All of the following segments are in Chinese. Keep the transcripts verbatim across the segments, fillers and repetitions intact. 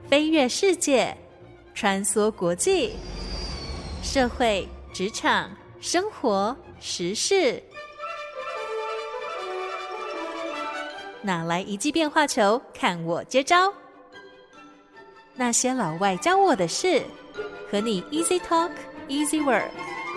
飞跃世界，穿梭国际，社会、职场、生活、时事，哪来一记变化球，看我接招。那些老外教我的事，和你 Easy Talk Easy Work。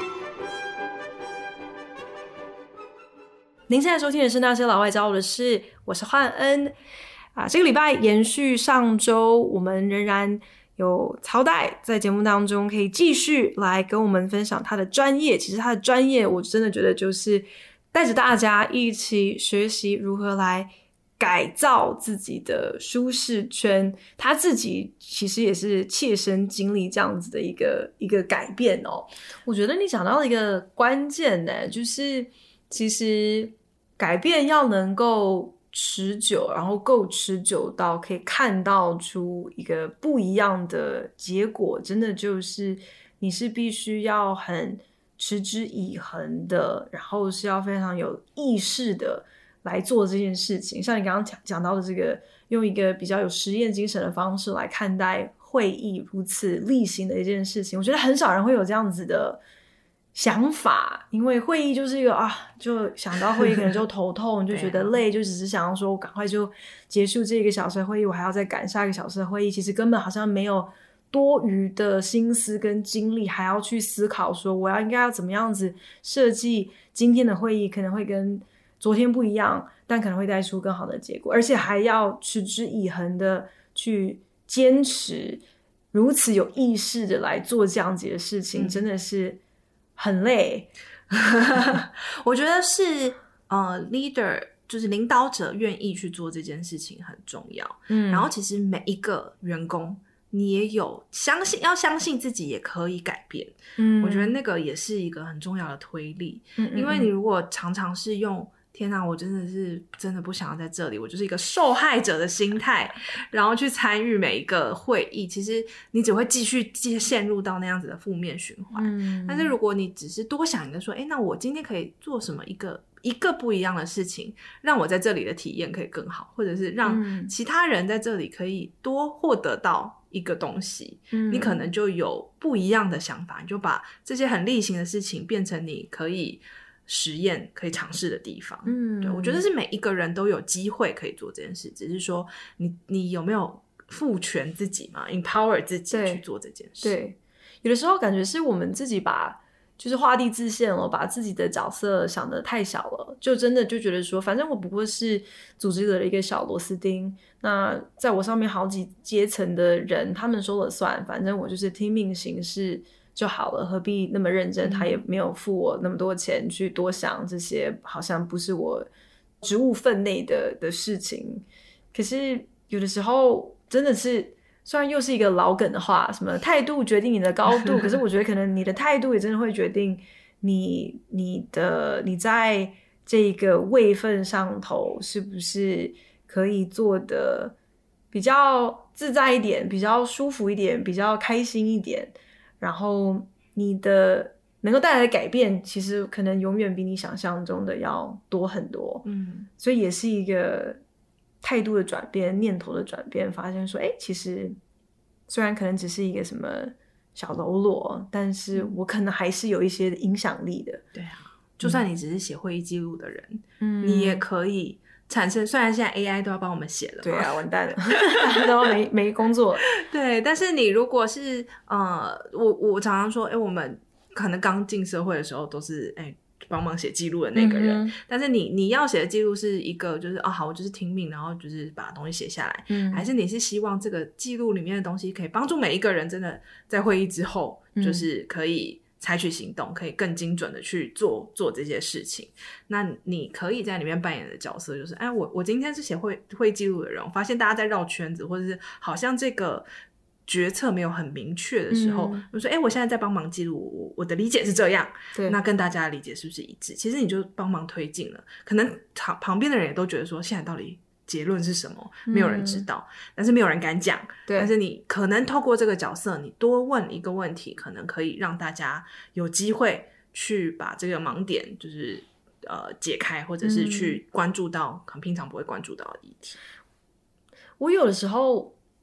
您现在收听的是那些老外教我的事，我是焕恩啊。这个礼拜延续上周，我们仍然有曹代在节目当中可以继续来跟我们分享他的专业。其实他的专业我真的觉得就是带着大家一起学习如何来改造自己的舒适圈，他自己其实也是切身经历这样子的一个一个改变哦。我觉得你讲到了一个关键呢，就是其实改变要能够持久，然后够持久到可以看到出一个不一样的结果，真的就是你是必须要很持之以恒的，然后是要非常有意识的来做这件事情。像你刚刚讲讲到的这个，用一个比较有实验精神的方式来看待会议如此例行的一件事情，我觉得很少人会有这样子的想法，因为会议就是一个啊，就想到会议可能就头痛，就觉得累，就只是想要说我赶快就结束这个小时的会议，我还要再赶下一个小时的会议，其实根本好像没有多余的心思跟精力，还要去思考说我要应该要怎么样子设计今天的会议，可能会跟昨天不一样，但可能会带出更好的结果，而且还要持之以恒的去坚持，如此有意识的来做这样子的事情，嗯、真的是很累。 我觉得是呃 leader 就是领导者愿意去做这件事情很重要。嗯，然后其实每一个员工你也有相信，要相信自己也可以改变。嗯，我觉得那个也是一个很重要的推力。嗯嗯嗯，因为你如果常常是用天哪，我真的是真的不想要在这里，我就是一个受害者的心态然后去参与每一个会议，其实你只会继续陷入到那样子的负面循环。嗯，但是如果你只是多想一个说，诶，那我今天可以做什么一个一个不一样的事情，让我在这里的体验可以更好，或者是让其他人在这里可以多获得到一个东西。嗯，你可能就有不一样的想法，你就把这些很例行的事情变成你可以实验可以尝试的地方。嗯，对，我觉得是每一个人都有机会可以做这件事，只是说你你有没有赋权自己嘛 empower 自己去做这件事。 对，有的时候感觉是我们自己把就是画地自限了，把自己的角色想得太小了，就真的就觉得说反正我不过是组织的一个小螺丝钉，那在我上面好几阶层的人他们说了算，反正我就是听命行事就好了，何必那么认真？他也没有付我那么多钱去多想这些好像不是我职务分内的的事情。可是有的时候真的是，虽然又是一个老梗的话，什么态度决定你的高度可是我觉得可能你的态度也真的会决定你你的你在这个位分上头是不是可以做的比较自在一点，比较舒服一点，比较开心一点，然后你的能够带来的改变其实可能永远比你想象中的要多很多。嗯，所以也是一个态度的转变，念头的转变，发现说诶，其实虽然可能只是一个什么小喽啰，但是我可能还是有一些影响力的。 对啊，就算你只是写会议记录的人、嗯、你也可以产生，虽然现在 A I 都要帮我们写了嘛， 对啊，完蛋了都要没没工作了。 对，但是你如果是呃，我我常常说，哎，我们可能刚进社会的时候都是哎帮忙写记录的那个人、嗯、但是你你要写的记录是一个就是哦好，我就是听命，然后就是把东西写下来、嗯、还是你是希望这个记录里面的东西可以帮助每一个人真的在会议之后、嗯、就是可以采取行动，可以更精准的去做做这些事情。那你可以在里面扮演的角色就是哎，我我今天是写会会记录的人，我发现大家在绕圈子，或者是好像这个决策没有很明确的时候、嗯、我说哎，我现在在帮忙记录，我我的理解是这样，对，那跟大家的理解是不是一致？其实你就帮忙推进了，可能旁边的人也都觉得说现在到底结论是什么，没有人知道、嗯、但是没有人敢讲。对，但是你可能透过这个角色，你多问一个问题，可能可以让大家有机会去把这个盲点就是呃解开，或者是去关注到可能平常不会关注到的议题。 我有的时候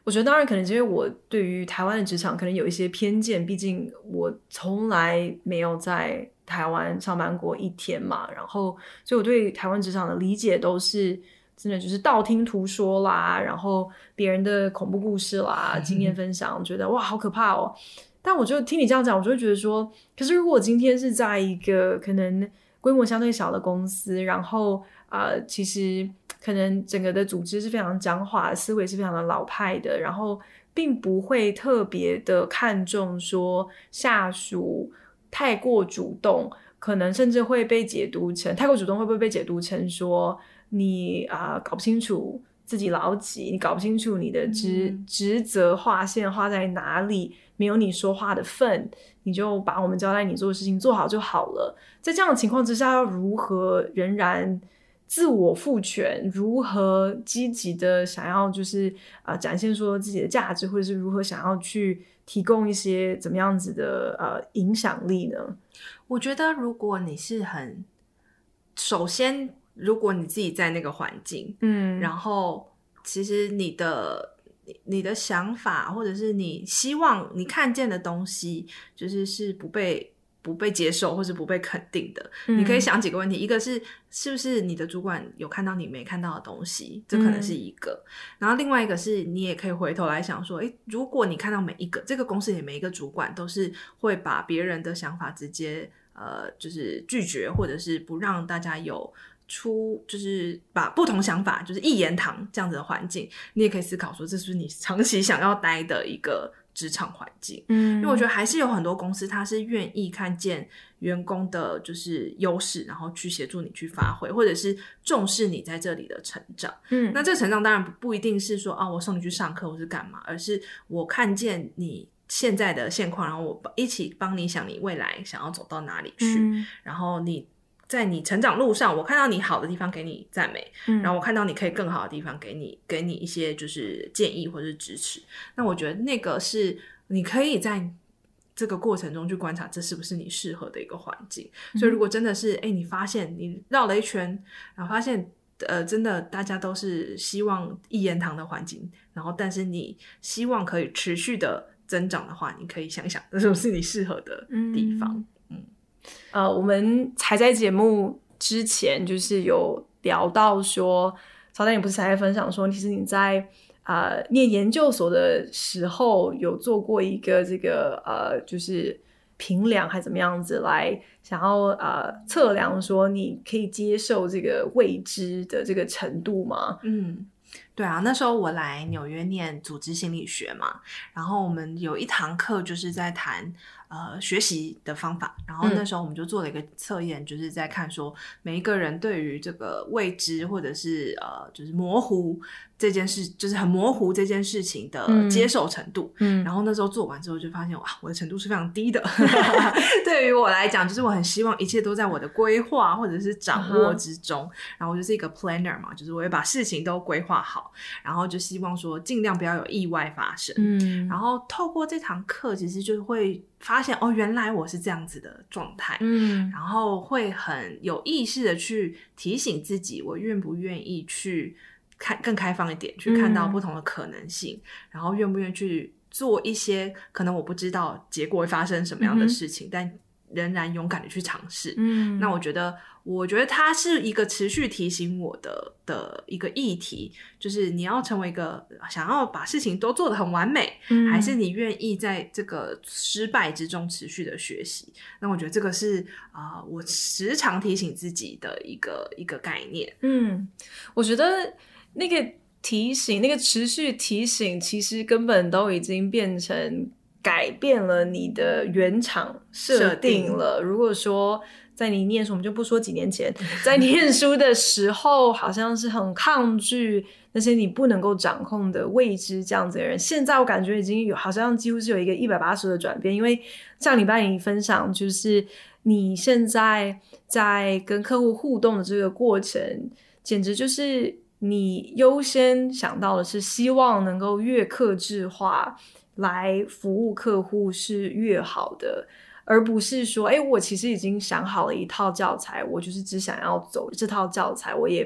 我觉得当然可能是因为我对于台湾的职场可能有一些偏见，毕竟我从来没有在台湾上班过一天嘛，然后所以我对台湾职场的理解都是真的就是道听途说啦，然后别人的恐怖故事啦经验分享觉得哇好可怕哦。但我就听你这样讲，我就会觉得说，可是如果我今天是在一个可能规模相对小的公司，然后呃，其实可能整个的组织是非常僵化的，思维是非常的老派的，然后并不会特别的看重说下属太过主动，可能甚至会被解读成太过主动会不会被解读成说你啊、呃、搞不清楚自己老几，你搞不清楚你的职、嗯、职责划线画在哪里，没有你说话的份，你就把我们交代你做的事情做好就好了。在这样的情况之下，要如何仍然自我赋权，如何积极的想要就是呃展现说自己的价值，或者是如何想要去提供一些怎么样子的呃影响力呢？ 我觉得如果你是很首先如果你自己在那个环境，嗯，然后其实你的你的想法或者是你希望你看见的东西就是是不被不被接受或是不被肯定的、嗯、你可以想几个问题，一个是是不是你的主管有看到你没看到的东西，这可能是一个、嗯、然后另外一个是你也可以回头来想说，诶，如果你看到每一个这个公司里每一个主管都是会把别人的想法直接呃就是拒绝，或者是不让大家有出就是把不同想法就是一言堂这样子的环境，你也可以思考说这是不是你长期想要待的一个职场环境。嗯，因为我觉得还是有很多公司它是愿意看见员工的就是优势，然后去协助你去发挥，或者是重视你在这里的成长。嗯，那这个成长当然不一定是说啊我送你去上课或是干嘛，而是我看见你现在的现况，然后我一起帮你想你未来想要走到哪里去、嗯、然后你在你成长路上我看到你好的地方给你赞美、嗯、然后我看到你可以更好的地方给你给你一些就是建议或者是支持。那我觉得那个是你可以在这个过程中去观察这是不是你适合的一个环境、嗯、所以如果真的是诶你发现你绕了一圈然后发现呃，真的大家都是希望一言堂的环境，然后但是你希望可以持续的增长的话，你可以想想这是不是你适合的地方。嗯嗯呃，我们才在节目之前就是有聊到说，曹丹也不是才在分享说，其实你在呃念研究所的时候有做过一个这个呃就是评量还怎么样子来想要呃测量说你可以接受这个未知的这个程度吗？ 嗯，对啊，那时候我来纽约念组织心理学嘛，然后我们有一堂课就是在谈呃学习的方法，然后那时候我们就做了一个测验、嗯、就是在看说每一个人对于这个未知或者是呃就是模糊这件事，就是很模糊这件事情的接受程度。嗯，然后那时候做完之后就发现哇，我的程度是非常低的。对于我来讲，就是我很希望一切都在我的规划或者是掌握之中。Uh-huh. 然后我就是一个 planner 嘛，就是我会把事情都规划好，然后就希望说尽量不要有意外发生。嗯，然后透过这堂课，其实就会发现哦，原来我是这样子的状态。嗯，然后会很有意识的去提醒自己，我愿不愿意去看更开放一点，去看到不同的可能性、嗯、然后愿不愿意去做一些可能我不知道结果会发生什么样的事情、嗯、但仍然勇敢的去尝试。嗯，那我觉得我觉得它是一个持续提醒我的的一个议题，就是你要成为一个想要把事情都做得很完美、嗯、还是你愿意在这个失败之中持续的学习。那我觉得这个是、呃、我时常提醒自己的一个一个概念。 嗯，我觉得那个提醒，那个持续提醒其实根本都已经变成改变了你的原厂设定了。如果说在你念书，我们就不说几年前在念书的时候好像是很抗拒那些你不能够掌控的未知这样子的人，现在我感觉已经有好像几乎是有一个一百八十度的转变。因为上礼拜你分享就是你现在在跟客户互动的这个过程，简直就是你优先想到的是希望能够越客制化来服务客户是越好的，而不是说诶我其实已经想好了一套教材，我就是只想要走这套教材，我也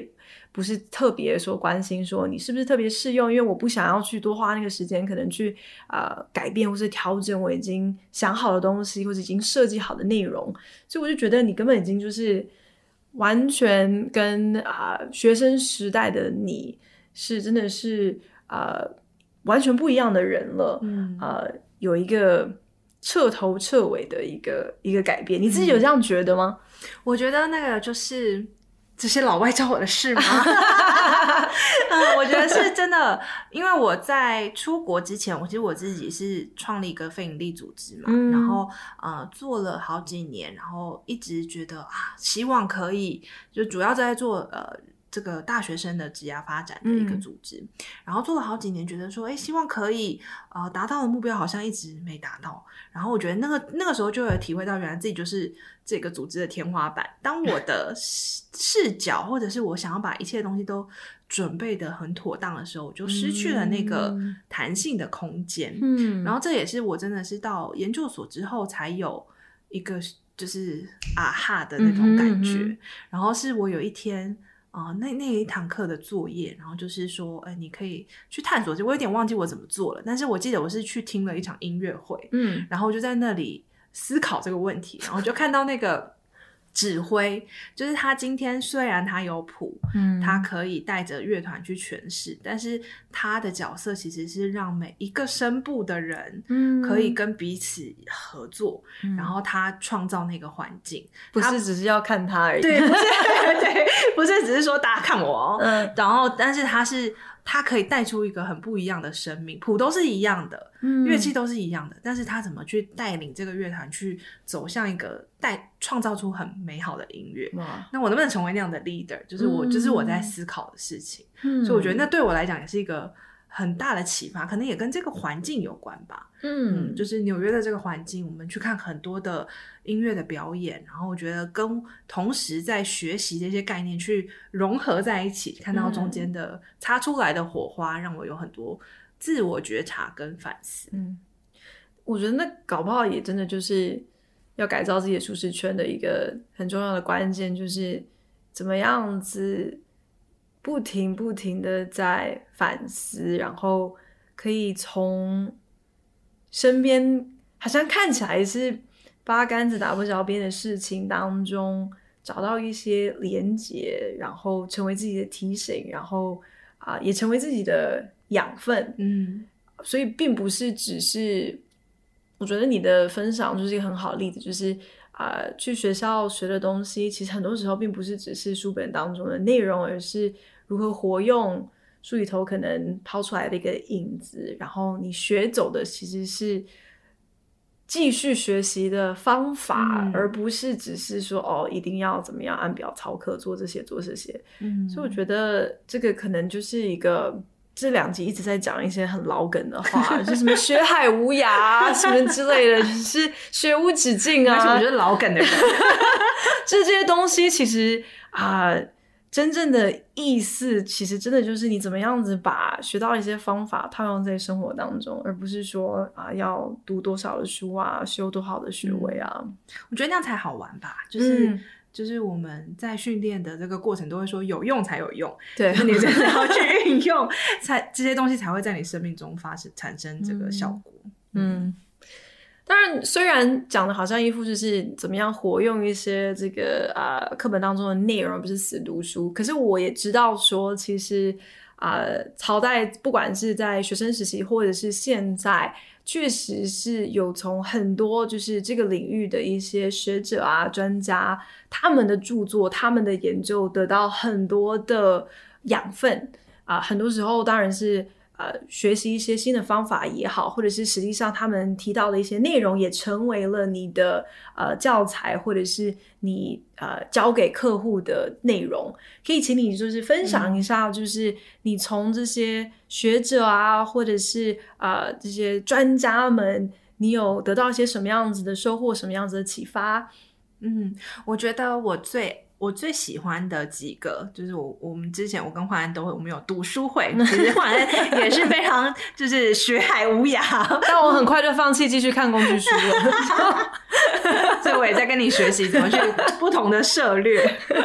不是特别说关心说你是不是特别适用，因为我不想要去多花那个时间可能去呃改变或是调整我已经想好的东西或者已经设计好的内容，所以我就觉得你根本已经就是完全跟啊、呃、学生时代的你是真的是呃完全不一样的人了，嗯，呃有一个彻头彻尾的一个一个改变，你自己有这样觉得吗？ 嗯、我觉得那个就是这些老外教我的事吗？嗯，我觉得是真的，因为我在出国之前，我其实我自己是创立一个非营利组织嘛，嗯、然后呃做了好几年，然后一直觉得啊，希望可以就主要在做呃这个大学生的职业发展的一个组织，嗯、然后做了好几年，觉得说，哎，希望可以呃达到的目标好像一直没达到，然后我觉得那个那个时候就有体会到，原来自己就是这个组织的天花板。当我的视角或者是我想要把一切东西都准备得很妥当的时候，我就失去了那个弹性的空间。嗯，然后这也是我真的是到研究所之后才有一个就是啊哈的那种感觉。嗯嗯嗯，然后是我有一天。呃、那那一堂课的作业，然后就是说，哎，你可以去探索。我有点忘记我怎么做了，但是我记得我是去听了一场音乐会，嗯，然后我就在那里思考这个问题，然后就看到那个指挥，就是他今天虽然他有谱，嗯，他可以带着乐团去诠释，但是他的角色其实是让每一个声部的人，嗯，可以跟彼此合作，嗯，然后他创造那个环境， 不是只是要看他而已， 对，不是对，不是只是说大家看我哦，嗯，然后但是他是他可以带出一个很不一样的生命，谱都是一样的，嗯，乐器都是一样的，但是他怎么去带领这个乐团去走向一个带创造出很美好的音乐，那我能不能成为那样的 leader， 就是我、嗯、就是我在思考的事情，嗯，所以我觉得那对我来讲也是一个很大的启发，可能也跟这个环境有关吧， 嗯, 嗯就是纽约的这个环境，我们去看很多的音乐的表演，然后我觉得跟同时在学习这些概念去融合在一起，看到中间的擦出来的火花，让我有很多自我觉察跟反思。 嗯，我觉得那搞不好也真的就是要改造自己的舒适圈的一个很重要的关键，就是怎么样子不停不停的在反思，然后可以从身边好像看起来是八竿子打不着边的事情当中找到一些连结，然后成为自己的提醒，然后、呃、也成为自己的养分。嗯，所以并不是只是，我觉得你的分享就是一个很好的例子，就是呃，去学校学的东西其实很多时候并不是只是书本当中的内容，而是如何活用书里头可能抛出来的一个影子，然后你学走的其实是继续学习的方法、嗯、而不是只是说哦一定要怎么样按表操课做这些做这些、嗯、所以我觉得这个可能就是一个这两集一直在讲一些很老梗的话就什么学海无涯、啊、什么之类的就是学无止境啊， 而且我觉得老梗的人就是这些东西其实啊、呃真正的意思其实真的就是你怎么样子把学到一些方法套用在生活当中，而不是说啊要读多少的书啊修多好的学位啊、嗯、 我觉得那样才好玩吧，就是、嗯、就是我们在训练的这个过程都会说有用才有用， 对， 你真的要去运用才这些东西才会在你生命中发生产生这个效果。 嗯, 嗯当然虽然讲的好像一副就是怎么样活用一些这个呃课本当中的内容，不是死读书，可是我也知道说其实呃朝代不管是在学生时期或者是现在确实是有从很多就是这个领域的一些学者啊专家他们的著作他们的研究得到很多的养分啊、呃，很多时候当然是呃，学习一些新的方法也好，或者是实际上他们提到的一些内容也成为了你的呃教材，或者是你呃交给客户的内容。可以请你就是分享一下，就是你从这些学者啊，或者是呃这些专家们，你有得到一些什么样子的收获，什么样子的启发？ 嗯，我觉得我最我最喜欢的几个就是我我们之前我跟焕安都会我们有读书会，其实焕安也是非常就是学海无涯但我很快就放弃继续看工具书了所以我也在跟你学习怎么去不同的涉略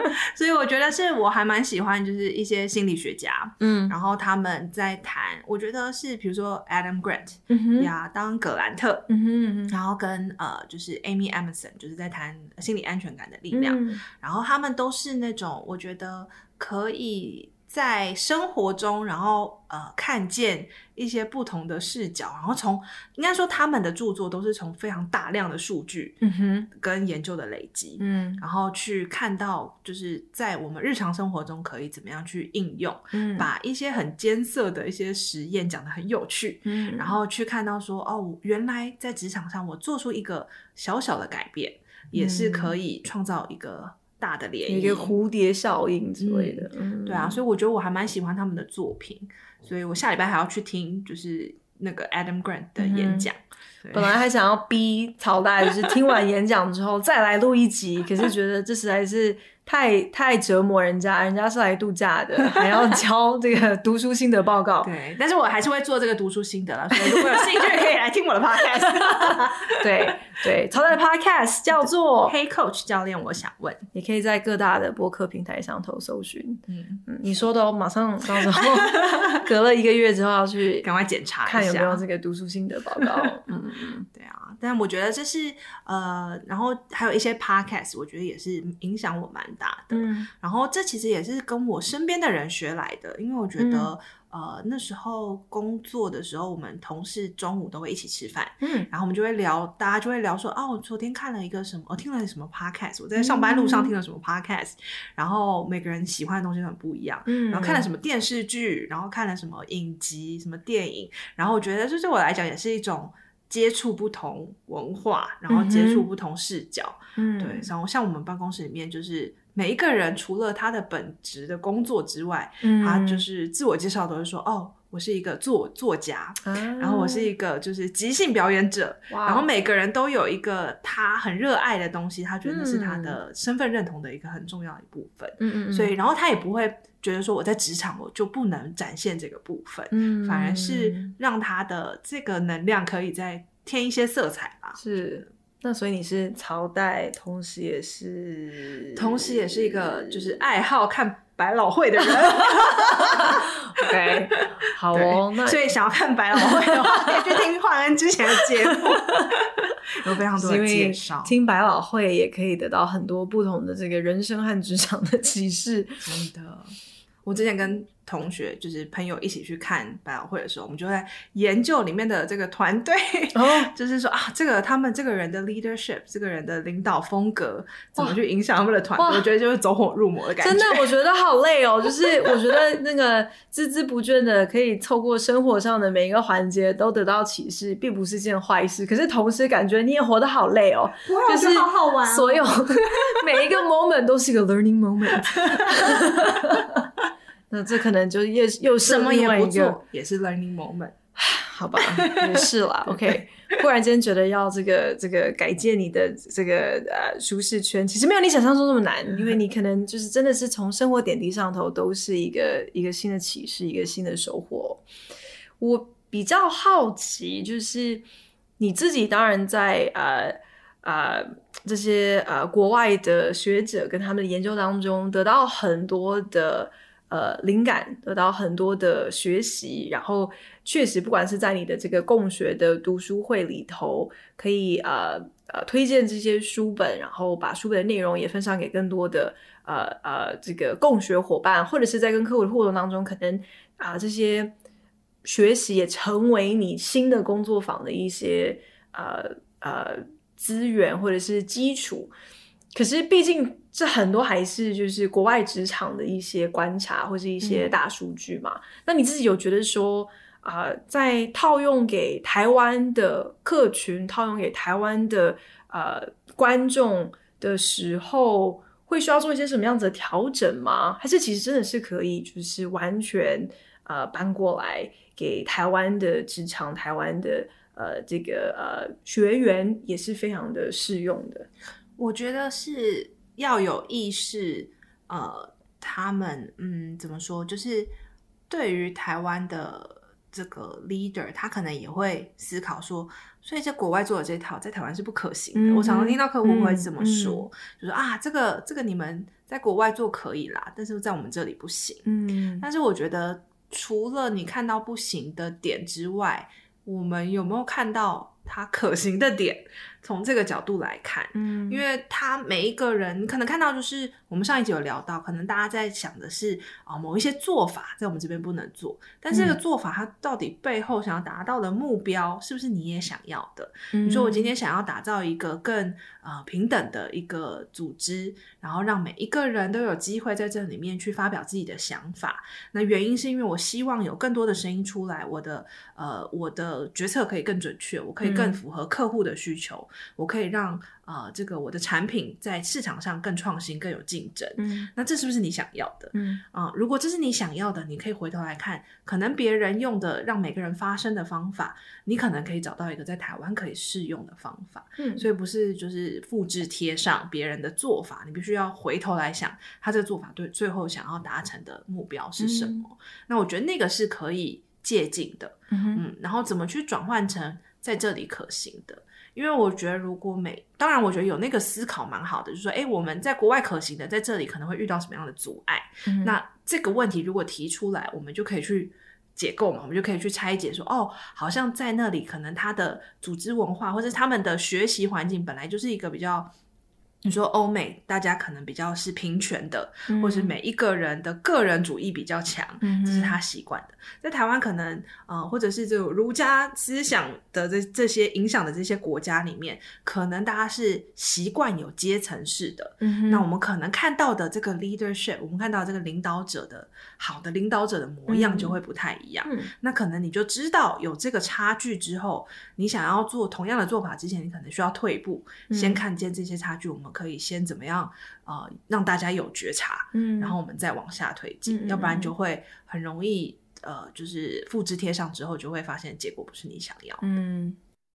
所以我觉得是我还蛮喜欢，就是一些心理学家，嗯，然后他们在谈，我觉得是比如说 Adam Grant，嗯哼，亚当葛兰特，嗯哼，嗯哼，然后跟呃就是 Amy Emerson，就是在谈心理安全感的力量，嗯，然后他们都是那种我觉得可以在生活中，然后呃看见一些不同的视角，然后从应该说他们的著作都是从非常大量的数据，嗯哼，跟研究的累积，嗯，然后去看到就是在我们日常生活中可以怎么样去应用，嗯，把一些很艰涩的一些实验讲得很有趣，嗯，然后去看到说哦，原来在职场上我做出一个小小的改变，也是可以创造一个大的涟漪， 一个蝴蝶效应之类的， 嗯，对啊，所以我觉得我还蛮喜欢他们的作品，所以我下礼拜还要去听就是那个 Adam Grant 的演讲， 嗯，本来还想要逼曹代就是听完演讲之后再来录一集，可是觉得这实在是太太折磨人家，人家是来度假的，还要交这个读书心得报告。 对，但是我还是会做这个读书心得啦，所以如果有兴趣可以来听我的 podcast。 对对，曹代的 podcast 叫做 Hey Coach 教练我想问， 也可以在各大的播客平台上头搜寻。嗯嗯，你说的哦，马上到时候隔了一个月之后要去赶快检查一下， 看有没有这个读书心得报告。嗯嗯，对啊，但我觉得这是呃，然后还有一些 podcast， 我觉得也是影响我蛮大的。嗯，然后这其实也是跟我身边的人学来的，因为我觉得。嗯呃，那时候工作的时候，我们同事中午都会一起吃饭，嗯，然后我们就会聊，大家就会聊说，哦，我昨天看了一个什么，我听了什么 podcast， 我在上班路上听了什么 podcast，嗯，然后每个人喜欢的东西都很不一样，嗯，然后看了什么电视剧，然后看了什么影集、什么电影，然后我觉得这对我来讲也是一种接触不同文化，然后接触不同视角，嗯，对，然后像我们办公室里面就是。每一个人除了他的本职的工作之外，嗯，他就是自我介绍都是说哦，我是一个作作家，啊，然后我是一个就是即兴表演者，然后每个人都有一个他很热爱的东西，他觉得是他的身份认同的一个很重要的一部分，嗯，所以然后他也不会觉得说我在职场我就不能展现这个部分，嗯，反而是让他的这个能量可以再添一些色彩吧， 是。那所以你是曹代，同时也是同时也是一个就是爱好看百老汇的人。 OK， 好哦，那所以想要看百老汇的话，可以去听焕恩之前的节目，有非常多的介绍。 听百老汇也可以得到很多不同的这个人生和职场的启示。 真的，我之前跟同学就是朋友一起去看百老汇的时候，我们就在研究里面的这个团队，哦，就是说啊，这个他们这个人的 leadership， 这个人的领导风格怎么去影响他们的团队，我觉得就是走火入魔的感觉。 真的，我觉得好累哦。就是我觉得那个孜孜不倦的可以透过生活上的每一个环节都得到启示，并不是件坏事。可是同时感觉你也活得好累哦， 就是好好玩， 所有每一个 moment 都是一个 learning moment。那这可能就又又是另外一个， 什么也不做也是 learning moment， 好吧，也是啦。OK， 忽然间觉得要这个这个改建你的这个呃舒适圈，其实没有你想象中那么难，因为你可能就是真的是从生活点滴上头都是一个一个新的启示，一个新的收获。我比较好奇，就是你自己当然在呃呃这些呃国外的学者跟他们的研究当中得到很多的。呃，灵感得到很多的学习，然后确实不管是在你的这个共学的读书会里头，可以呃呃推荐这些书本，然后把书本的内容也分享给更多的呃呃这个共学伙伴，或者是在跟客户的互动当中，可能啊、呃、这些学习也成为你新的工作坊的一些呃呃资源或者是基础。可是毕竟这很多还是就是国外职场的一些观察或是一些大数据嘛，嗯，那你自己有觉得说啊、呃，在套用给台湾的客群套用给台湾的呃观众的时候会需要做一些什么样子的调整吗？还是其实真的是可以就是完全呃搬过来给台湾的职场台湾的呃这个呃学员也是非常的适用的？ 我觉得是要有意识，呃，他们嗯怎么说，就是对于台湾的这个 leader， 他可能也会思考说，所以在国外做的这套在台湾是不可行的。嗯，我常常听到客户会这么说，嗯，就说啊，这个这个你们在国外做可以啦，但是在我们这里不行。 嗯， 但是我觉得除了你看到不行的点之外，我们有没有看到它可行的点？从这个角度来看， 嗯， 因为他每一个人，你可能看到就是我们上一集有聊到，可能大家在想的是啊、呃、某一些做法在我们这边不能做，但是这个做法它到底背后想要达到的目标，是不是你也想要的？ 嗯， 你说我今天想要打造一个更呃平等的一个组织，然后让每一个人都有机会在这里面去发表自己的想法。那原因是因为我希望有更多的声音出来，我的呃我的决策可以更准确，我可以更符合客户的需求。嗯，我可以让呃这个我的产品在市场上更创新更有竞争。 嗯， 那这是不是你想要的？ 嗯啊、呃，如果这是你想要的，你可以回头来看，可能别人用的让每个人发声的方法，你可能可以找到一个在台湾可以适用的方法。 嗯， 所以不是就是复制贴上别人的做法，你必须要回头来想他这个做法对最后想要达成的目标是什么。嗯、那我觉得那个是可以借鉴的。 嗯, 嗯，然后怎么去转换成在这里可行的。因为我觉得如果每当然我觉得有那个思考蛮好的，就是说诶我们在国外可行的，在这里可能会遇到什么样的阻碍。嗯，那这个问题如果提出来，我们就可以去解构嘛，我们就可以去拆解说，哦，好像在那里可能他的组织文化或者他们的学习环境本来就是一个比较，你说欧美大家可能比较是平权的，嗯，或是每一个人的个人主义比较强，嗯，这是他习惯的。在台湾可能呃，或者是这种儒家思想的这这些影响的这些国家里面，可能大家是习惯有阶层式的，嗯，那我们可能看到的这个 leadership， 我们看到这个领导者的好的领导者的模样就会不太一样，嗯，那可能你就知道有这个差距之后，你想要做同样的做法之前，你可能需要退一步，嗯，先看见这些差距，我们可以先怎么样呃，让大家有觉察，嗯，然后我们再往下推进，嗯，要不然就会很容易呃，就是复制贴上之后，就会发现结果不是你想要的。嗯。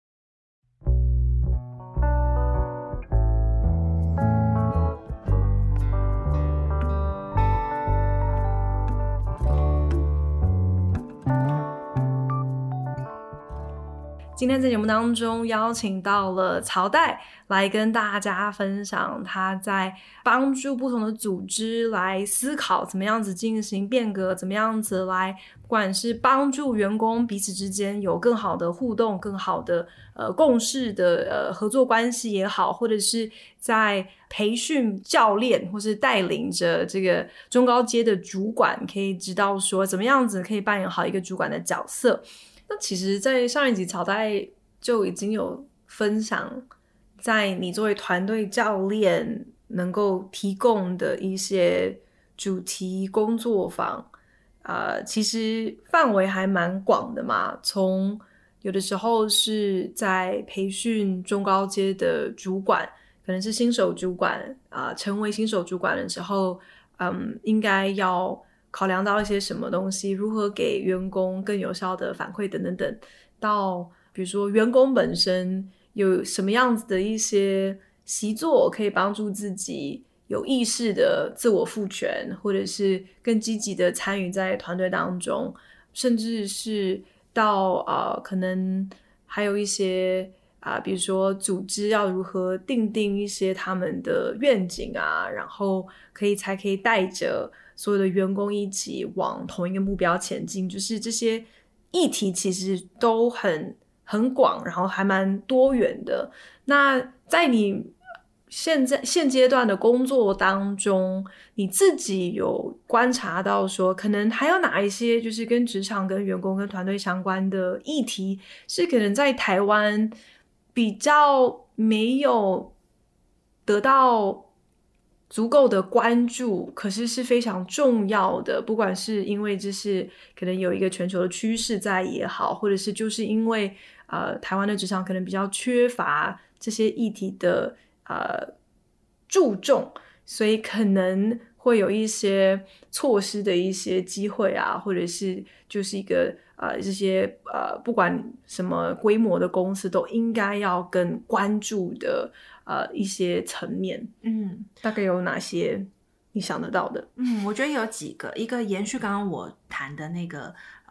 今天在节目当中邀请到了曹代来跟大家分享他在帮助不同的组织来思考怎么样子进行变革，怎么样子来不管是帮助员工彼此之间有更好的互动，更好的呃共事的呃合作关系也好，或者是在培训教练或是带领着这个中高阶的主管可以知道说怎么样子可以扮演好一个主管的角色。那其实在上一集曹代就已经有分享在你作为团队教练能够提供的一些主题工作坊，呃，其实范围还蛮广的嘛，从有的时候是在培训中高阶的主管，可能是新手主管啊，呃，成为新手主管的时候，嗯，应该要考量到一些什么东西，如何给员工更有效的反馈等等等，到比如说员工本身有什么样子的一些习作可以帮助自己有意识的自我赋权，或者是更积极的参与在团队当中，甚至是到呃可能还有一些啊、呃，比如说组织要如何定定一些他们的愿景啊，然后可以才可以带着所有的员工一起往同一个目标前进，就是这些议题其实都很很广，然后还蛮多元的。那在你现在现阶段的工作当中，你自己有观察到说可能还有哪一些就是跟职场跟员工跟团队相关的议题是可能在台湾比较没有得到足够的关注，可是是非常重要的，不管是因为这是可能有一个全球的趋势在也好，或者是就是因为呃台湾的职场可能比较缺乏这些议题的呃注重，所以可能会有一些错失的一些机会啊，或者是就是一个呃这些呃不管什么规模的公司都应该要更关注的呃一些层面。嗯，大概有哪些你想得到的？ 嗯，我觉得有几个，一个延续刚刚我谈的那个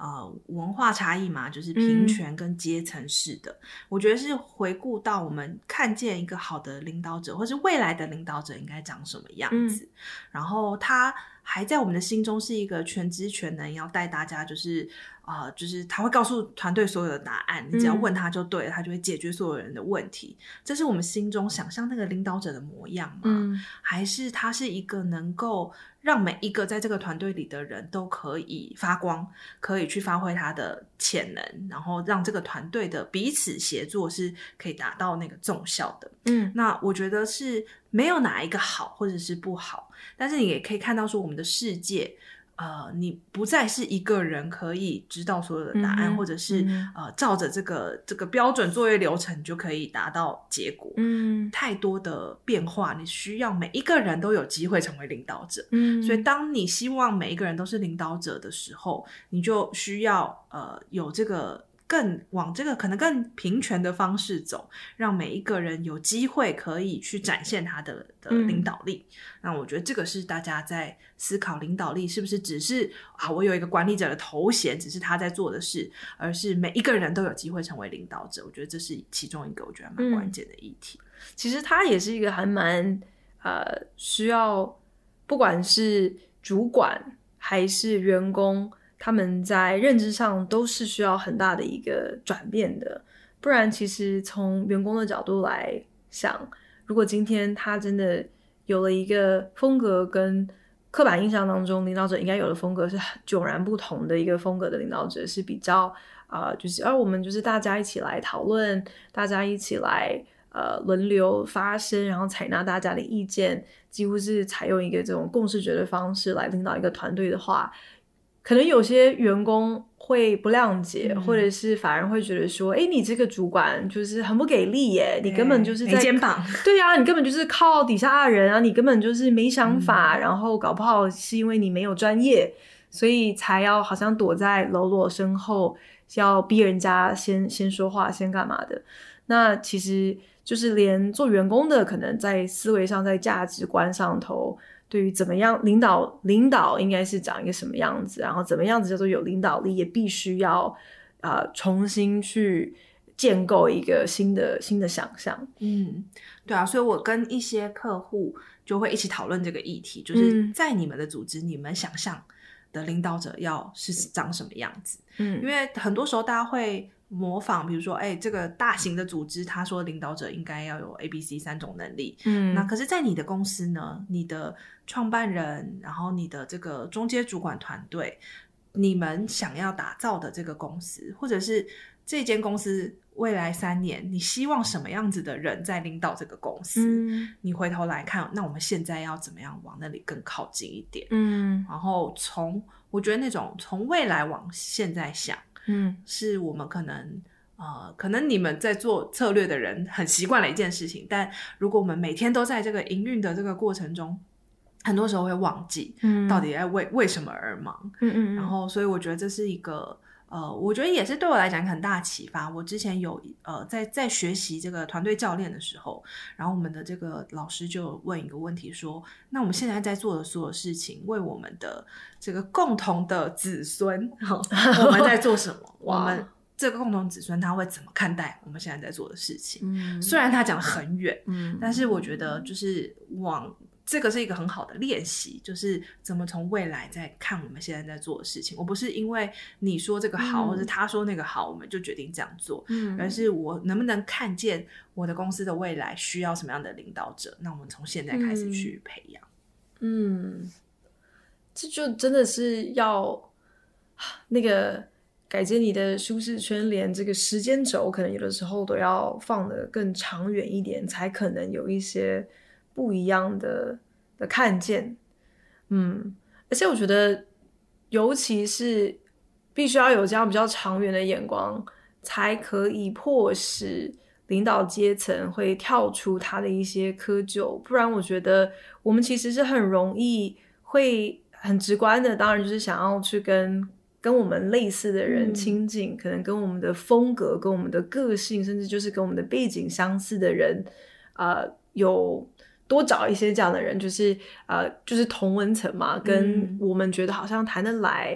呃文化差异嘛，就是平权跟阶层式的、嗯、我觉得是回顾到我们看见一个好的领导者或是未来的领导者应该长什么样子、嗯、然后他还在我们的心中是一个全知全能，要带大家就是呃，就是他会告诉团队所有的答案，你只要问他就对了、嗯、他就会解决所有人的问题。这是我们心中想象那个领导者的模样吗、嗯、还是他是一个能够让每一个在这个团队里的人都可以发光，可以去发挥他的潜能，然后让这个团队的彼此协作是可以达到那个纵效的。嗯，那我觉得是没有哪一个好或者是不好，但是你也可以看到说我们的世界呃，你不再是一个人可以知道所有的答案、嗯、或者是、嗯、呃，照着这个这个标准作业流程你就可以达到结果。嗯，太多的变化，你需要每一个人都有机会成为领导者。嗯，所以当你希望每一个人都是领导者的时候，你就需要呃有这个更往这个可能更平权的方式走，让每一个人有机会可以去展现他的的领导力、嗯、那我觉得这个是大家在思考领导力是不是只是啊我有一个管理者的头衔只是他在做的事，而是每一个人都有机会成为领导者。我觉得这是其中一个我觉得蛮关键的议题、嗯、 其实它也是一个还蛮呃需要不管是主管还是员工他们在认知上都是需要很大的一个转变的。不然其实从员工的角度来想，如果今天他真的有了一个风格跟刻板印象当中领导者应该有的风格是迥然不同的一个风格的领导者，是比较呃，就是而、啊、我们就是大家一起来讨论，大家一起来呃轮流发声，然后采纳大家的意见，几乎是采用一个这种共识决的方式来领导一个团队的话，可能有些员工会不谅解、嗯、或者是反而会觉得说诶你这个主管就是很不给力耶，你根本就是在没肩膀， 对啊，你根本就是靠底下的人啊，你根本就是没想法、嗯、然后搞不好是因为你没有专业，所以才要好像躲在喽啰身后要逼人家先先说话先干嘛的。那其实就是连做员工的可能在思维上在价值观上头对于怎么样领导领导应该是长一个什么样子，然后怎么样子叫做有领导力，也必须要、呃、重新去建构一个新的新的想象。 嗯，对啊，所以我跟一些客户就会一起讨论这个议题，就是在你们的组织、嗯、你们想象的领导者要是长什么样子。嗯，因为很多时候大家会模仿，比如说哎，这个大型的组织他说领导者应该要有 A B C 三种能力，嗯，那可是在你的公司呢，你的创办人然后你的这个中阶主管团队，你们想要打造的这个公司，或者是这间公司未来三年你希望什么样子的人在领导这个公司、嗯、你回头来看，那我们现在要怎么样往那里更靠近一点。嗯，然后从我觉得那种从未来往现在想，嗯，是我们可能呃，可能你们在做策略的人很习惯了一件事情，但如果我们每天都在这个营运的这个过程中，很多时候会忘记到底在为、嗯、为什么而忙。嗯嗯，然后所以我觉得这是一个呃，我觉得也是对我来讲很大的启发。我之前有呃在在学习这个团队教练的时候，然后我们的这个老师就问一个问题说，那我们现在在做的所有事情为我们的这个共同的子孙我们在做什么我们这个共同子孙他会怎么看待我们现在在做的事情、嗯、虽然他讲得很远、嗯、但是我觉得就是往这个是一个很好的练习，就是怎么从未来在看我们现在在做的事情。我不是因为你说这个好、嗯、或者他说那个好我们就决定这样做、嗯、而是我能不能看见我的公司的未来需要什么样的领导者，那我们从现在开始去培养。 嗯, 嗯这就真的是要那个改变你的舒适圈，连这个时间轴可能有的时候都要放得更长远一点，才可能有一些不一样的的看见。嗯，而且我觉得尤其是必须要有这样比较长远的眼光，才可以迫使领导阶层会跳出他的一些窠臼。不然我觉得我们其实是很容易会很直观的，当然就是想要去跟跟我们类似的人亲近、嗯、可能跟我们的风格跟我们的个性甚至就是跟我们的背景相似的人呃，有多找一些这样的人，就是呃，就是同温层嘛，跟我们觉得好像谈得来、嗯、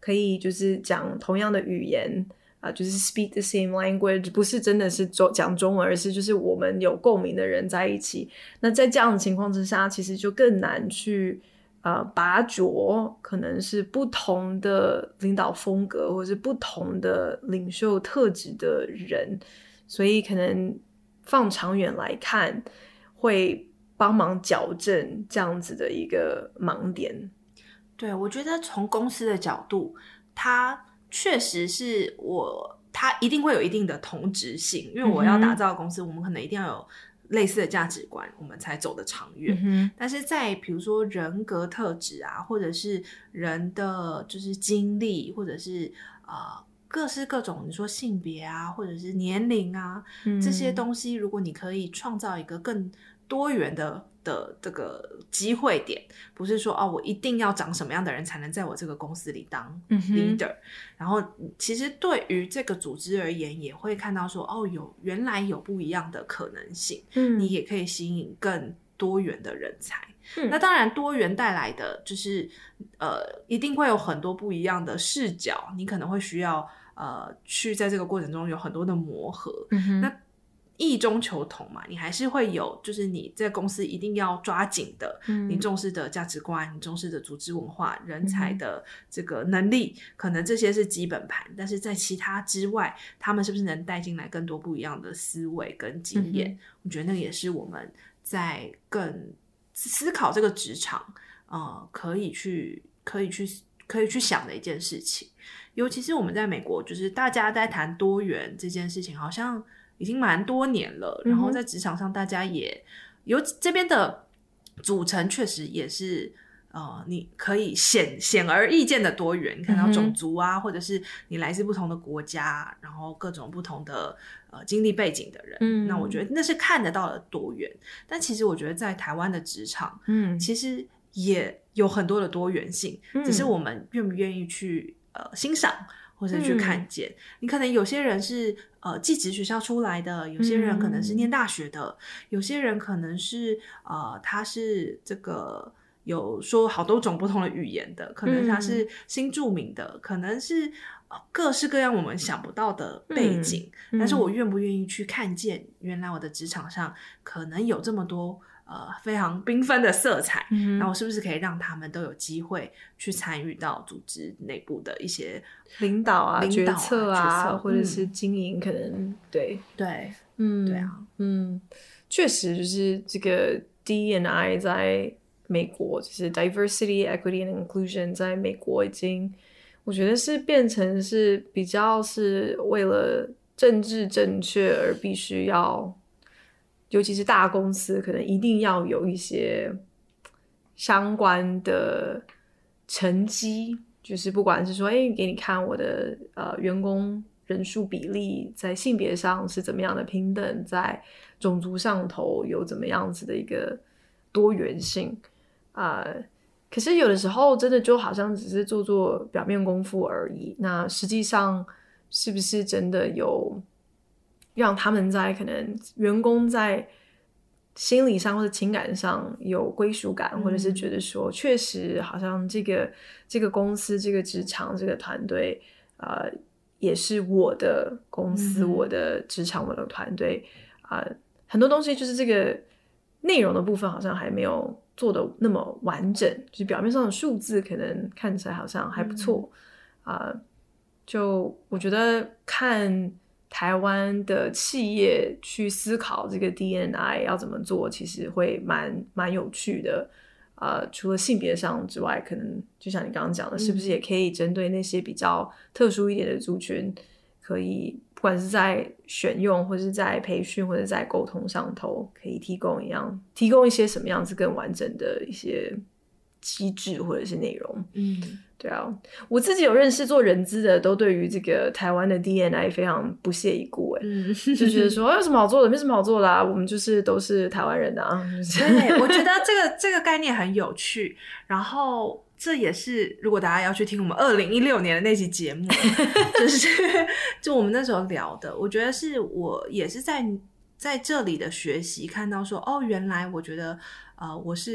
可以就是讲同样的语言啊、呃，就是 speak the same language， 不是真的是讲中文，而是就是我们有共鸣的人在一起。那在这样的情况之下，其实就更难去呃拔擢可能是不同的领导风格或者是不同的领袖特质的人，所以可能放长远来看会帮忙矫正这样子的一个盲点。 对，我觉得从公司的角度，它确实是我，它一定会有一定的同质性，因为我要打造公司，嗯、我们可能一定要有类似的价值观，我们才走得长远。嗯、但是在比如说人格特质啊，或者是人的就是经历，或者是呃各式各种，你说性别啊，或者是年龄啊、嗯，这些东西，如果你可以创造一个更多元的的这个机会点，不是说哦，我一定要长什么样的人才能在我这个公司里当 leader、嗯、然后其实对于这个组织而言也会看到说哦，有原来有不一样的可能性、嗯、你也可以吸引更多元的人才、嗯、那当然多元带来的就是呃，一定会有很多不一样的视角，你可能会需要呃，去在这个过程中有很多的磨合、嗯、那异中求同嘛，你还是会有就是你在公司一定要抓紧的、嗯、你重视的价值观，你重视的组织文化，人才的这个能力、嗯、可能这些是基本盘，但是在其他之外他们是不是能带进来更多不一样的思维跟经验、嗯、我觉得那也是我们在更思考这个职场呃，可以去可以去可以去想的一件事情。尤其是我们在美国，就是大家在谈多元这件事情好像已经蛮多年了，然后在职场上大家也有这边的组成确实也是呃，你可以显显而易见的多元，你看到种族啊、嗯、或者是你来自不同的国家，然后各种不同的呃经历背景的人、嗯、那我觉得那是看得到的多元。但其实我觉得在台湾的职场嗯，其实也有很多的多元性、嗯、只是我们愿不愿意去呃欣赏或者去看见、嗯、你可能有些人是呃技职学校出来的，有些人可能是念大学的、嗯、有些人可能是呃他是这个有说好多种不同的语言的，可能他是新住民的、嗯、可能是、呃、各式各样我们想不到的背景、嗯、但是我愿不愿意去看见原来我的职场上可能有这么多呃，非常缤纷的色彩、嗯、然后是不是可以让他们都有机会去参与到组织内部的一些领导啊、 领导啊决策啊， 决策或者是经营、嗯、可能对对嗯对啊嗯，确实就是这个 D and I 在美国就是 diversity, equity and inclusion 在美国已经我觉得是变成是比较是为了政治正确而必须要，尤其是大公司可能一定要有一些相关的成绩，就是不管是说诶给你看我的呃员工人数比例在性别上是怎么样的平等，在种族上头有怎么样子的一个多元性啊、呃，可是有的时候真的就好像只是做做表面功夫而已，那实际上是不是真的有让他们在可能员工在心理上或者情感上有归属感、嗯、或者是觉得说确实好像这个这个公司这个职场这个团队呃也是我的公司、嗯、我的职场我的团队啊、呃，很多东西就是这个内容的部分好像还没有做的那么完整，就是表面上的数字可能看起来好像还不错啊、嗯呃，就我觉得看台湾的企业去思考这个 D and I 要怎么做，其实会蛮蛮有趣的。呃，除了性别上之外，可能就像你刚刚讲的，是不是也可以针对那些比较特殊一点的族群，可以不管是在选用，或是在培训，或者在沟通上头，可以提供一样，提供一些什么样子更完整的一些机制或者是内容。嗯，对啊，我自己有认识做人资的，都对于这个台湾的 D and I 非常不屑一顾，哎、嗯，就觉得说有什么好做的，没什么好做的啊，我们就是都是台湾人的啊。 对，我觉得这个这个概念很有趣，然后这也是如果大家要去听我们二零一六年的那期节目，就是就我们那时候聊的，我觉得是我也是在在这里的学习看到说，哦，原来我觉得呃我是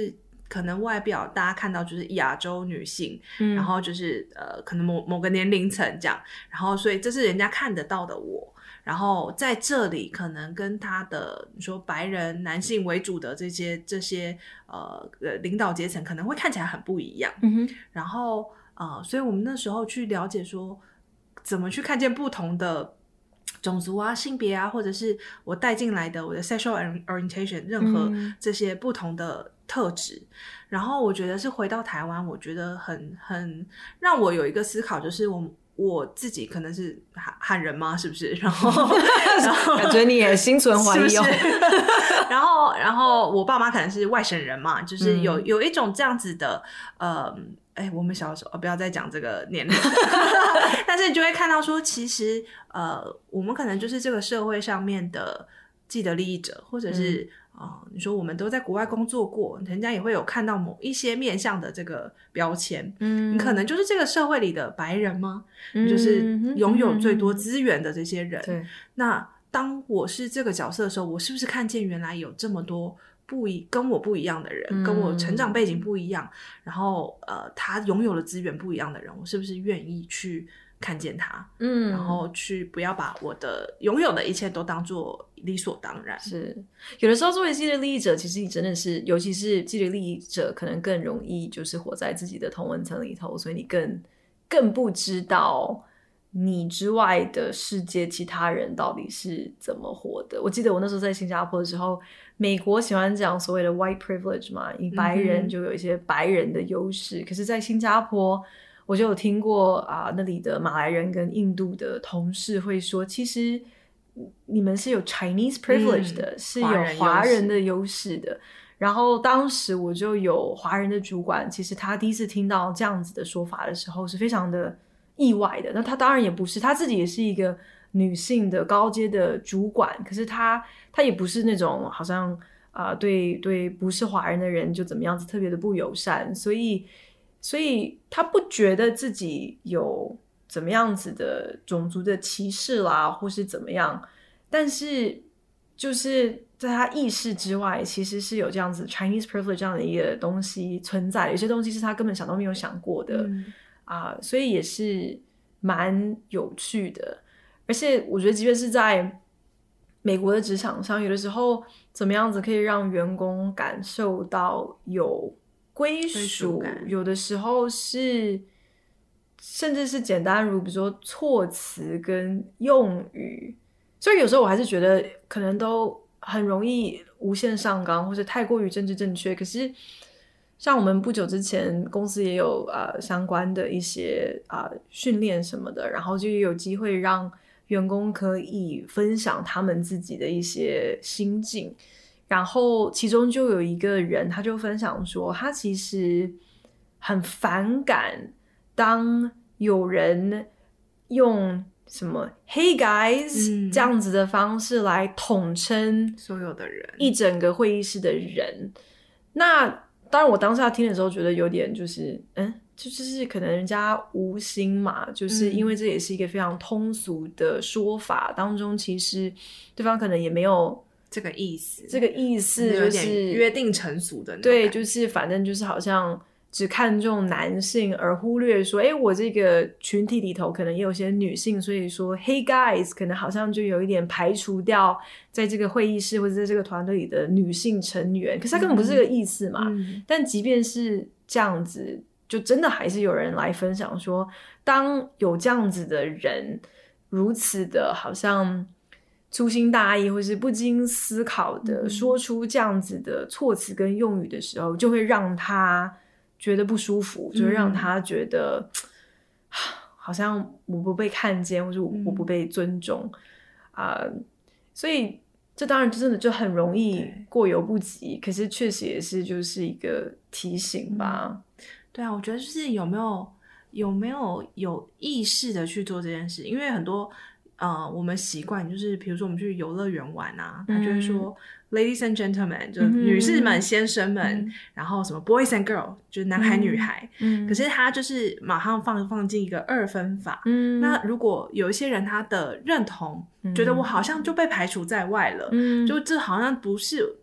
可能外表大家看到就是亚洲女性， 嗯、 然后就是呃可能某某个年龄层这样，然后所以这是人家看得到的我，然后在这里可能跟他的你说白人男性为主的这些这些呃领导阶层可能会看起来很不一样， 嗯哼， 然后呃所以我们那时候去了解说怎么去看见不同的种族啊、性别啊，或者是我带进来的我的 sexual orientation 任何这些不同的特质、嗯、然后我觉得是回到台湾，我觉得很很让我有一个思考，就是我我自己可能是汉汉人吗？是不是？然后然后感觉你也心存怀疑哦。 是是然后然后我爸妈可能是外省人嘛，就是有、嗯、有一种这样子的呃。哎，我们小时候、哦、不要再讲这个年龄但是你就会看到说其实呃，我们可能就是这个社会上面的既得利益者，或者是、嗯呃、你说我们都在国外工作过，人家也会有看到某一些面向的这个标签，嗯，你可能就是这个社会里的白人吗、嗯、就是拥有最多资源的这些人、嗯、那当我是这个角色的时候，我是不是看见原来有这么多不一跟我不一样的人、嗯、跟我成长背景不一样，然后呃，他拥有的资源不一样的人，我是不是愿意去看见他，嗯，然后去不要把我的拥有的一切都当作理所当然。 是有的时候作为既得利益者，其实你真的是尤其是既得利益者可能更容易就是活在自己的同温层里头，所以你更更不知道你之外的世界其他人到底是怎么活的。我记得我那时候在新加坡的时候，美国喜欢讲所谓的 white privilege 嘛，以白人就有一些白人的优势、嗯、可是在新加坡我就有听过啊，那里的马来人跟印度的同事会说，其实你们是有 Chinese privilege 的、嗯、是有华人的优势的。然后当时我就有华人的主管，其实他第一次听到这样子的说法的时候是非常的意外的。那他当然也不是，他自己也是一个女性的高阶的主管，可是他他也不是那种好像啊、呃、对对不是华人的人就怎么样子特别的不友善，所以所以他不觉得自己有怎么样子的种族的歧视啦，或是怎么样，但是就是在他意识之外，其实是有这样子 Chinese privilege 这样的一个东西存在，有些东西是他根本想都没有想过的、嗯啊、所以也是蛮有趣的。而且我觉得即便是在美国的职场上，有的时候怎么样子可以让员工感受到有归属，有的时候是甚至是简单如比如说措辞跟用语，所以有时候我还是觉得可能都很容易无限上纲或者太过于政治正确。可是像我们不久之前公司也有、呃、相关的一些、呃、训练什么的，然后就有机会让员工可以分享他们自己的一些心境，然后其中就有一个人他就分享说，他其实很反感当有人用什么 Hey guys、嗯、这样子的方式来统称所有的人， 一整个会议室的人。那当然我当下听的时候觉得有点就是嗯就是可能人家无心嘛，就是因为这也是一个非常通俗的说法、嗯、当中其实对方可能也没有这个意思， 这个意思就是有点约定成俗的那种， 对，就是反正就是好像只看重男性而忽略说诶我这个群体里头可能也有些女性，所以说 Hey guys 可能好像就有一点排除掉在这个会议室或者在这个团队里的女性成员，可是他根本不是这个意思嘛、嗯、但即便是这样子，就真的还是有人来分享说，当有这样子的人如此的好像粗心大意或是不经思考的说出这样子的措辞跟用语的时候，就会让他觉得不舒服，就会让他觉得、嗯、好像我不被看见或者我不被尊重啊、嗯呃，所以这当然真的就很容易过犹不及，可是确实也是就是一个提醒吧、嗯对啊，我觉得就是有没有有没有有意识的去做这件事，因为很多呃我们习惯就是比如说我们去游乐园玩啊，他就会说、嗯、ladies and gentlemen 就女士们、嗯、先生们、嗯、然后什么 boys and girls 就是男孩、嗯、女孩、嗯、可是他就是马上放放进一个二分法、嗯、那如果有一些人他的认同、嗯、觉得我好像就被排除在外了、嗯、就这好像不是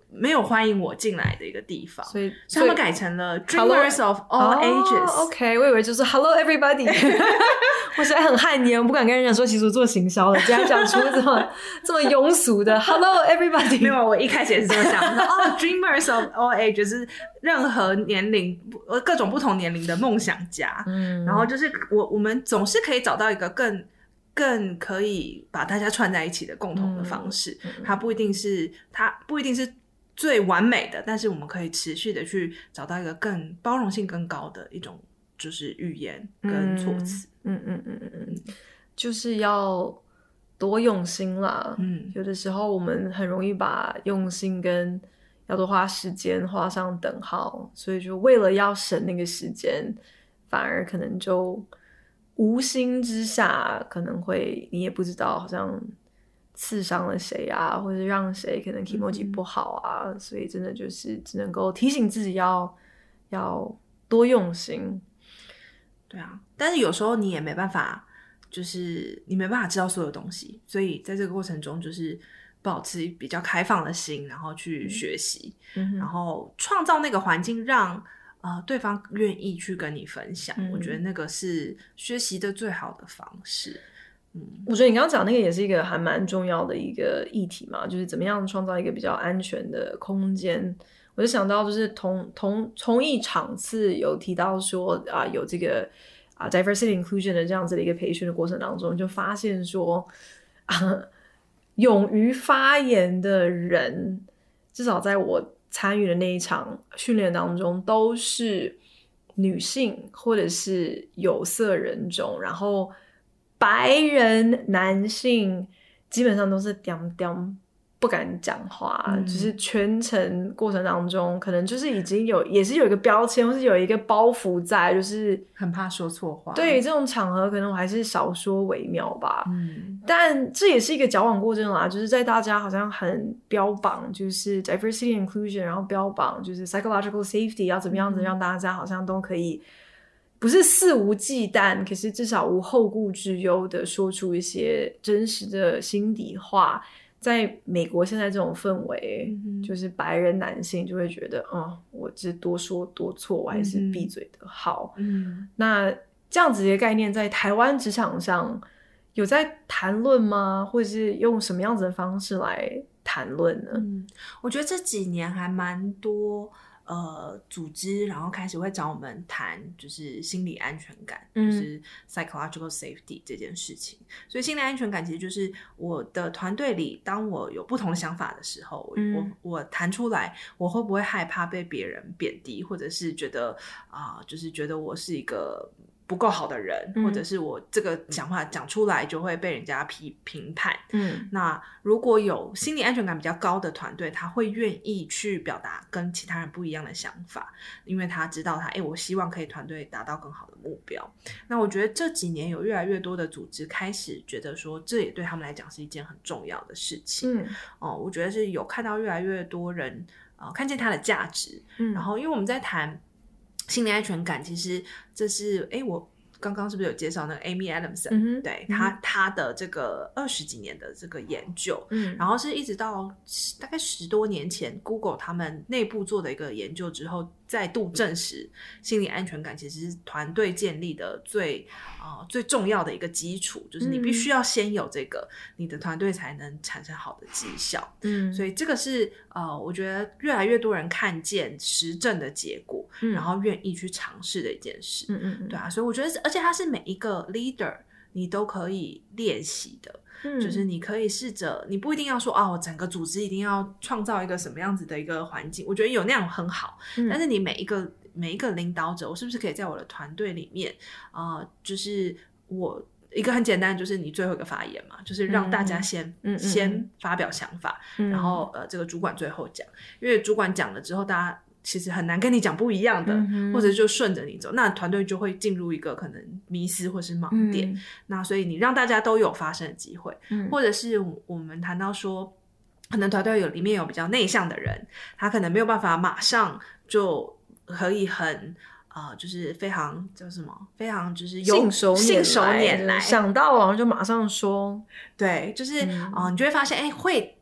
没有欢迎我进来的一个地方， 所以所以他们改成了 Dreamers of all ages。OK， 我以为就是 Hello everybody， 我实在很汗颜，我不敢跟人家说其实做行销的，这样讲出这么这么庸俗的 Hello everybody。 没有，我一开始也是这么想的。哦 ，Dreamers of all ages 是任何年龄、各种不同年龄的梦想家。嗯，然后就是我我们总是可以找到一个更。更可以把大家串在一起的共同的方式，嗯嗯、它不一定是它不一定是最完美的，但是我们可以持续的去找到一个更包容性更高的一种就是语言跟措辞。嗯嗯嗯嗯嗯， 就是要多用心啦。嗯，有的时候我们很容易把用心跟要多花时间画上等号，所以就为了要省那个时间，反而可能就。无心之下可能会你也不知道好像刺伤了谁啊，或者让谁可能 kimoji 不好啊、嗯、所以真的就是只能够提醒自己要要多用心。 对啊，但是有时候你也没办法，就是你没办法知道所有东西，所以在这个过程中就是保持比较开放的心，然后去学习、嗯、然后创造那个环境让呃，对方愿意去跟你分享、嗯、我觉得那个是学习的最好的方式。嗯， 我觉得你刚刚讲那个也是一个还蛮重要的一个议题嘛，就是怎么样创造一个比较安全的空间。我就想到就是同同同一场次有提到说啊、呃，有这个啊、呃、diversity inclusion 的这样子的一个培训的过程当中，就发现说啊、呃，勇于发言的人，至少在我参与的那一场训练当中都是女性或者是有色人种，然后白人男性基本上都是点点不敢讲话、嗯、就是全程过程当中可能就是已经有也是有一个标签或是有一个包袱在，就是很怕说错话。 对，这种场合可能我还是少说为妙吧。嗯，但这也是一个矫枉过正啦，就是在大家好像很标榜就是 diversity inclusion， 然后标榜就是 psychological safety 要怎么样子让大家好像都可以不是肆无忌惮，可是至少无后顾之忧的说出一些真实的心底话。在美国现在这种氛围、嗯、就是白人男性就会觉得嗯，我只多说多错，我还是闭嘴的好、嗯、那这样子的概念在台湾职场上有在谈论吗？或者是用什么样子的方式来谈论呢、嗯、 我觉得这几年还蛮多呃，组织然后开始会找我们谈就是心理安全感、嗯、就是 psychological safety 这件事情。所以心理安全感其实就是我的团队里当我有不同的想法的时候、嗯、我我谈出来，我会不会害怕被别人贬低，或者是觉得啊、呃，就是觉得我是一个不够好的人、嗯、或者是我这个想法讲出来就会被人家批评判。嗯，那如果有心理安全感比较高的团队，他会愿意去表达跟其他人不一样的想法，因为他知道他诶我希望可以团队达到更好的目标。那我觉得这几年有越来越多的组织开始觉得说这也对他们来讲是一件很重要的事情。嗯，哦，我觉得是有看到越来越多人呃看见它的价值。嗯，然后因为我们在谈心理安全感，其实这是诶我刚刚是不是有介绍那个 Amy Adamson、嗯、对、嗯、他他的这个二十几年的这个研究、嗯、然后是一直到大概十多年前 Google 他们内部做的一个研究之后再度证实心理安全感其实是团队建立的最、呃、最重要的一个基础，就是你必须要先有这个、嗯、你的团队才能产生好的绩效。嗯，所以这个是呃，我觉得越来越多人看见实证的结果、嗯、然后愿意去尝试的一件事。嗯嗯嗯，对啊，所以我觉得而且它是每一个 leader 你都可以练习的。嗯，就是你可以试着，你不一定要说啊，我整个组织一定要创造一个什么样子的一个环境，我觉得有那样很好、嗯、但是你每一个每一个领导者，我是不是可以在我的团队里面呃，就是我一个很简单，就是你最后一个发言嘛，就是让大家先、嗯、先发表想法、嗯、然后呃，这个主管最后讲，因为主管讲了之后大家其实很难跟你讲不一样的、嗯、或者就顺着你走，那团队就会进入一个可能迷思或是盲点、嗯、那所以你让大家都有发声的机会、嗯、或者是我们谈到说可能团队有里面有比较内向的人，他可能没有办法马上就可以很呃，就是非常叫什么非常就是有信手信手拈来想到然后就马上说， 对，就是、嗯呃、你就会发现哎，会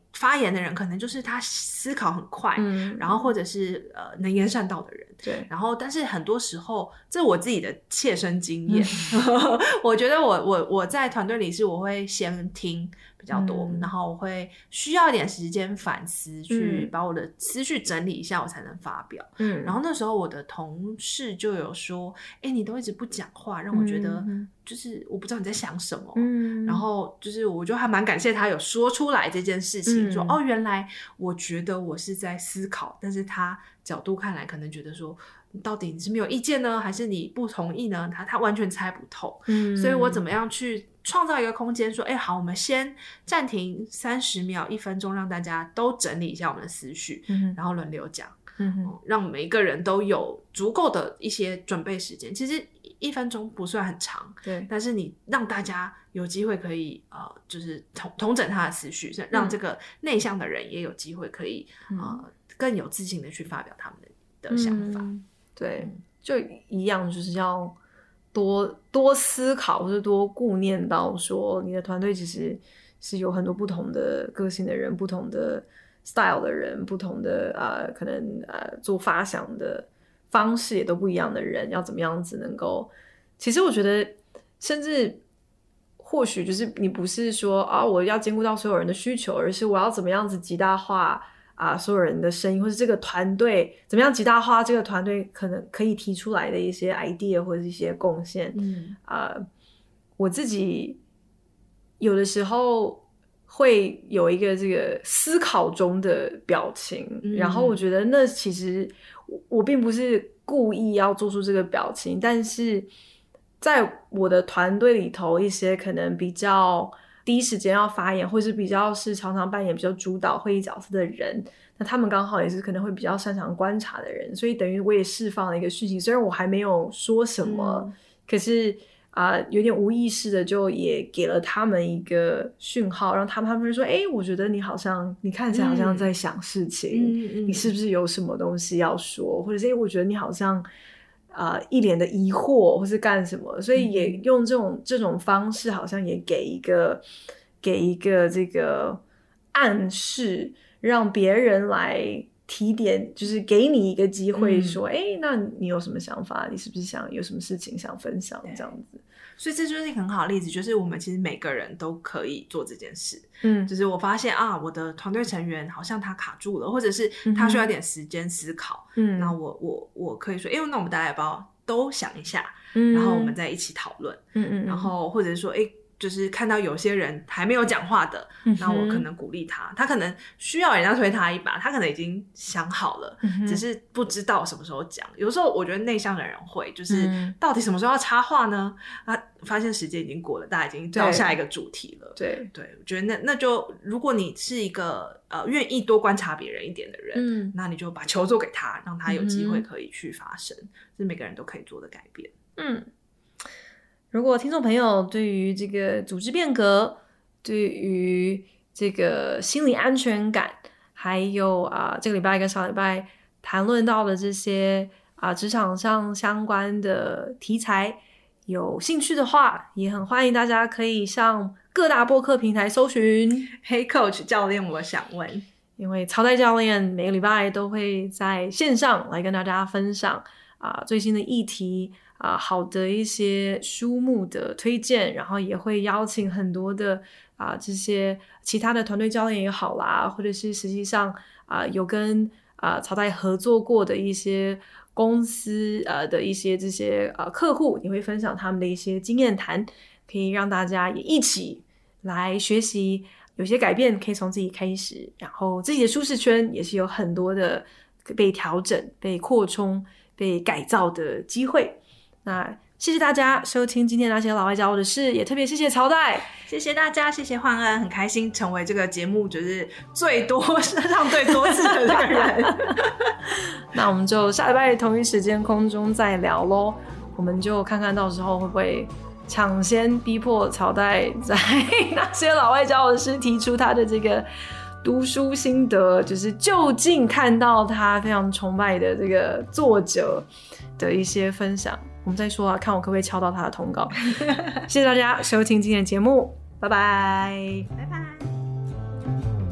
发言的人可能就是他思考很快，嗯，然后或者是呃能言善道的人， 对。 然后但是很多时候，这是我自己的切身经验，嗯、我觉得我我我在团队里是我会先听比较多，嗯、然后我会需要一点时间反思，去把我的思绪整理一下，我才能发表。嗯，然后那时候我的同事就有说：“哎，你都一直不讲话，让我觉得就是我不知道你在想什么。”嗯，然后就是我就还蛮感谢他有说出来这件事情。嗯说哦，原来我觉得我是在思考，但是他角度看来可能觉得说，到底你是没有意见呢，还是你不同意呢？他他完全猜不透。嗯，所以我怎么样去创造一个空间，说，哎，好，我们先暂停三十秒、一分钟，让大家都整理一下我们的思绪，嗯、然后轮流讲。嗯嗯，让每一个人都有足够的一些准备时间。其实一分钟不算很长，对，但是你让大家有机会可以呃，就是统统整他的思绪，让这个内向的人也有机会可以、嗯、呃更有自信的去发表他们的, 的想法。 嗯、对，就一样，就是要多多思考，或者多顾念到说，你的团队其实是有很多不同的个性的人，不同的style 的人，不同的呃，可能呃做发想的方式也都不一样的人，要怎么样子能够？其实我觉得，甚至或许就是你不是说啊，我要兼顾到所有人的需求，而是我要怎么样子极大化啊所有人的声音，或是这个团队怎么样极大化这个团队可能可以提出来的一些 idea 或者一些贡献。嗯啊、呃，我自己有的时候会有一个这个思考中的表情，嗯、然后我觉得那其实 我, 我并不是故意要做出这个表情，但是在我的团队里头，一些可能比较第一时间要发言，或是比较是常常扮演比较主导会议角色的人，那他们刚好也是可能会比较擅长观察的人，所以等于我也释放了一个讯息，虽然我还没有说什么，嗯、可是啊、呃，有点无意识的就也给了他们一个讯号，让他们他们说，哎，我觉得你好像你看起来好像在想事情，嗯、你是不是有什么东西要说，或者是哎，我觉得你好像啊、呃、一脸的疑惑，或是干什么，所以也用这种、嗯、这种方式，好像也给一个给一个这个暗示，让别人来提点，就是给你一个机会说，哎、嗯，那你有什么想法？你是不是想有什么事情想分享？这样子。 所以这就是一个很好的例子，就是我们其实每个人都可以做这件事。嗯，就是我发现啊，我的团队成员好像他卡住了，或者是他需要一点时间思考。嗯，那我我我可以说，哎，那我们大家要不要都想一下？嗯，然后我们再一起讨论。嗯嗯，然后或者是说，哎。就是看到有些人还没有讲话的，那我可能鼓励他，他可能需要人家推他一把，他可能已经想好了，嗯、只是不知道什么时候讲。有时候我觉得内向的人会，就是到底什么时候要插话呢？啊，发现时间已经过了，大家已经到下一个主题了。对对，我觉得那那就如果你是一个呃愿意多观察别人一点的人，嗯，那你就把球做给他，让他有机会可以去发声，这、嗯、是每个人都可以做的改变。 嗯。如果听众朋友对于这个组织变革，对于这个心理安全感，还有啊、呃、这个礼拜跟上礼拜谈论到的这些啊、呃、职场上相关的题材有兴趣的话，也很欢迎大家可以上各大播客平台搜寻 Hey Coach 教练我想问， 因为曹代教练每个礼拜都会在线上来跟大家分享啊、呃、最新的议题啊、呃，好的一些书目的推荐，然后也会邀请很多的啊、呃、这些其他的团队教练也好啦，或者是实际上啊、呃、有跟啊、呃、曹代合作过的一些公司呃的一些这些呃客户，也会分享他们的一些经验谈，可以让大家也一起来学习，有些改变可以从自己开始，然后自己的舒适圈也是有很多的被调整、被扩充、被改造的机会。那谢谢大家收听今天那些老外教我的事，也特别谢谢曹代， 谢谢大家，谢谢焕恩，很开心成为这个节目就是最多上最多次的这个人。 那我们就下礼拜同一时间空中再聊咯，我们就看看到时候会不会抢先逼迫曹代在那些老外教我的事提出他的这个读书心得，就是就近看到他非常崇拜的这个作者的一些分享，我们再说啊，看我可不可以敲到他的通告。谢谢大家收听今天的节目，拜拜， 拜拜。